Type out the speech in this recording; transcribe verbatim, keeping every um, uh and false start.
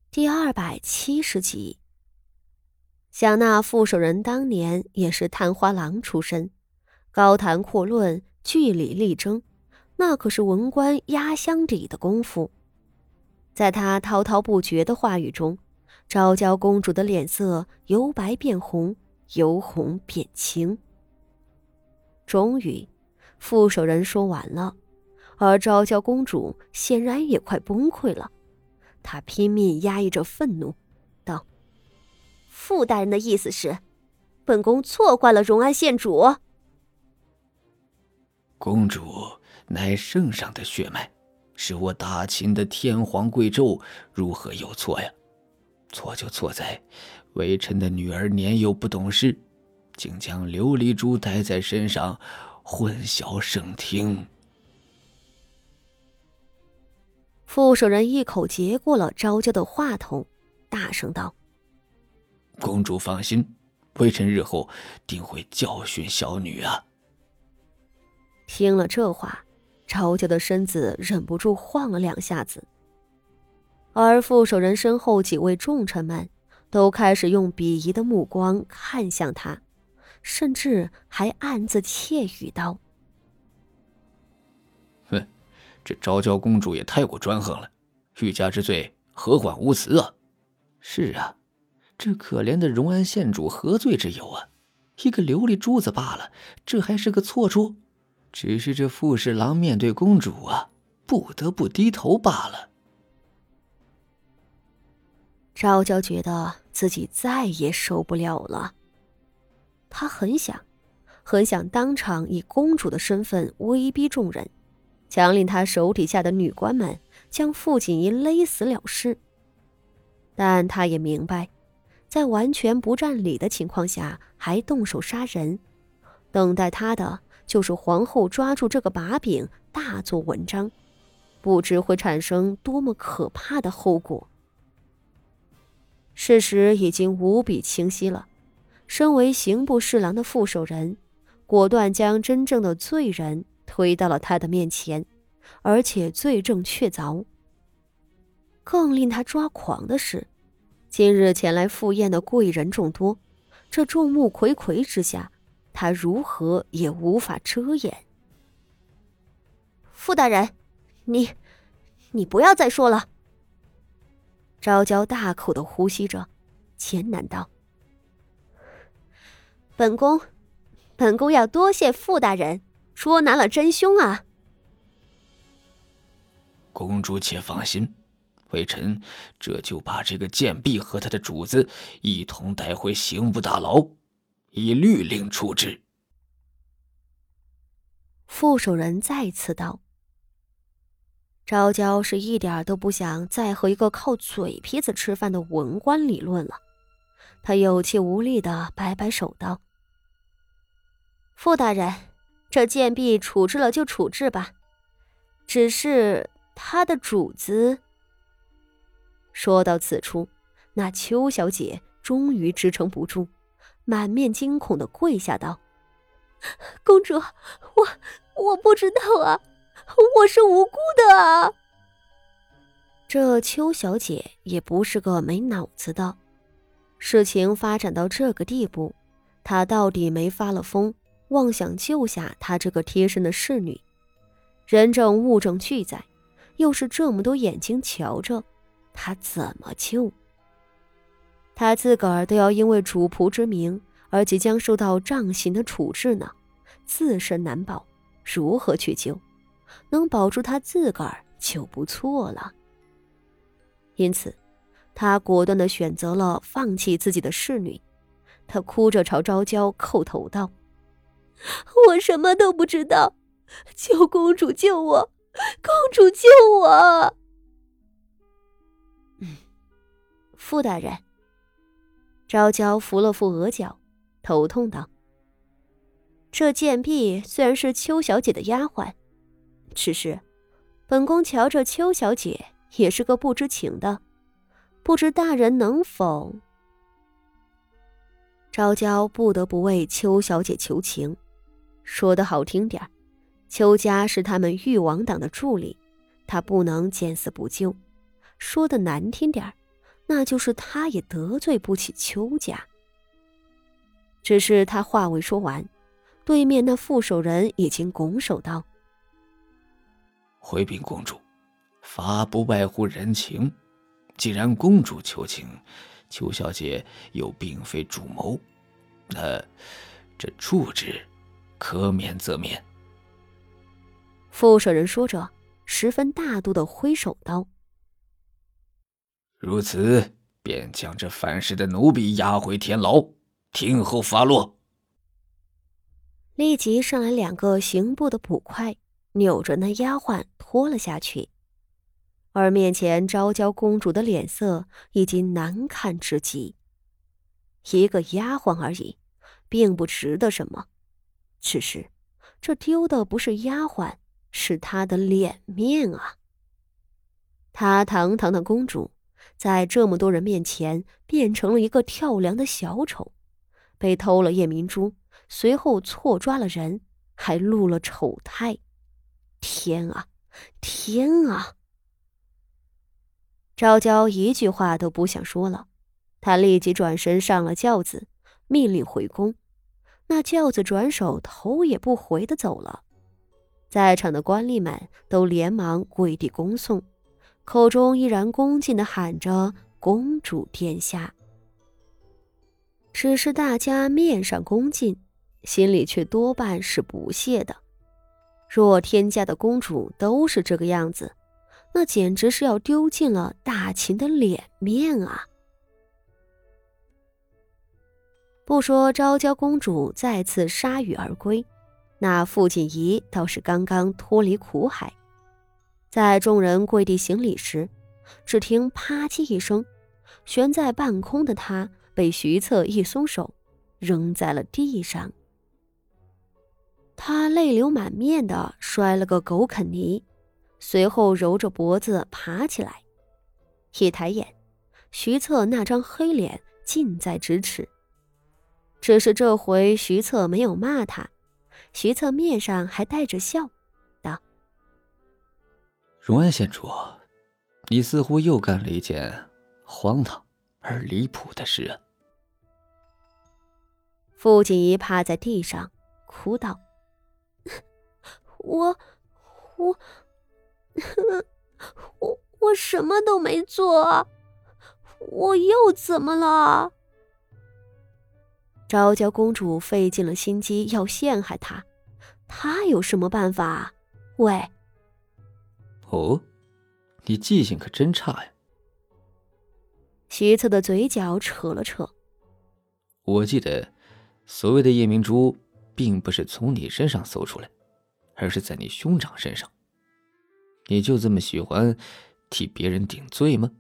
第二百七十集。想那副手人当年也是探花郎出身，高谈阔论，据理力争，那可是文官压箱底的功夫。在他滔滔不绝的话语中，昭娇公主的脸色由白变红，由红变青。终于副手人说完了，而昭娇公主显然也快崩溃了。她拼命压抑着愤怒，道：傅大人的意思是，本宫错怪了荣安县主。 公主乃圣上的血脉，是我大秦的天皇贵胄，如何有错呀？错就错在微臣的女儿年幼不懂事，竟将琉璃珠戴在身上，混淆圣听。 副手人一口接过了昭娇的话头，大声道： 公主放心，微臣日后定会教训小女啊。 听了这话，昭娇的身子忍不住晃了两下子，而副手人身后几位重臣们都开始用鄙夷的目光看向他，甚至还暗自窃语道： 哼，这昭娇公主也太过专横了，欲加之罪，何管无辞啊！是啊，这可怜的荣安县主何罪之有啊？一个琉璃珠子罢了，这还是个错处？只是这富士郎面对公主啊，不得不低头罢了。 昭娇觉得自己再也受不了了，她很想很想当场以公主的身份威逼众人，强令她手底下的女官们将傅锦仪勒死了事。但她也明白，在完全不占理的情况下还动手杀人，等待她的就是皇后抓住这个把柄大做文章，不知会产生多么可怕的后果。事实已经无比清晰了，身为刑部侍郎的副手人果断将真正的罪人推到了他的面前，而且罪证确凿。更令他抓狂的是，今日前来赴宴的贵人众多，这众目睽睽之下，他如何也无法遮掩。傅大人，你你不要再说了。昭娇大口的呼吸着，艰难道：本宫本宫要多谢傅大人捉拿了真凶啊。 公主且放心，微臣这就把这个贱婢和他的主子一同带回刑部大牢，以律令处置。 副手人再次道。昭娇是一点都不想再和一个靠嘴皮子吃饭的文官理论了，他有气无力地摆摆手道：傅大人，这贱婢处置了就处置吧，只是他的主子……说到此处，那邱小姐终于支撑不住，满面惊恐地跪下道：公主，我我不知道啊，我是无辜的啊。这邱小姐也不是个没脑子的，事情发展到这个地步，她到底没发了疯，妄想救下她这个贴身的侍女，人证物证俱在，又是这么多眼睛瞧着，她怎么救？她自个儿都要因为主仆之名而即将受到杖刑的处置呢，自身难保，如何去救？能保住她自个儿就不错了。因此她果断地选择了放弃自己的侍女。她哭着朝昭娇叩头道：我什么都不知道，求公主救我，公主救我。嗯，傅大人。昭娇扶了扶额角，头痛道：这贱婢虽然是邱小姐的丫鬟，只是本宫瞧着邱小姐也是个不知情的，不知大人能否……昭娇不得不为邱小姐求情，说得好听点，邱家是他们誉王党的助理，她不能见死不救；说得难听点， 那就是他也得罪不起邱家。只是他话未说完，对面那副手人已经拱手道： 回禀公主，法不外乎人情，既然公主求情，邱小姐又并非主谋，那这处置可免则免。 副手人说着，十分大度地挥手道： 如此，便将这犯事的奴婢押回天牢，听候发落。 立即上来两个刑部的捕快，扭着那丫鬟拖了下去。而面前昭娇公主的脸色已经难看至极。一个丫鬟而已，并不值得什么，只是这丢的不是丫鬟，是她的脸面啊！她堂堂的公主，在这么多人面前变成了一个跳梁的小丑，被偷了夜明珠，随后错抓了人，还录了丑态。天啊，天啊！昭娇一句话都不想说了，她立即转身上了轿子，命令回宫。那轿子转手头也不回地走了。在场的官吏们都连忙跪地恭送，口中依然恭敬地喊着公主殿下。只是大家面上恭敬，心里却多半是不屑的。若天下的公主都是这个样子，那简直是要丢尽了大秦的脸面啊！不说昭娇公主再次铩羽而归，那傅锦仪倒是刚刚脱离苦海。在众人跪地行礼时，只听啪叽一声，悬在半空的她被徐策一松手，扔在了地上。她泪流满面的摔了个狗啃泥，随后揉着脖子爬起来，一抬眼，徐策那张黑脸近在咫尺。只是这回徐策没有骂他，徐策面上还带着笑，道： 荣安县主，你似乎又干了一件荒唐而离谱的事啊。 傅锦仪趴在地上哭道：我我我我什么都没做，我又怎么了？昭娇公主费尽了心机要陷害她，她有什么办法？喂！ 哦，你记性可真差呀。 徐策的嘴角扯了扯。 我记得所谓的夜明珠并不是从你身上搜出来，而是在你兄长身上。你就这么喜欢替别人顶罪吗？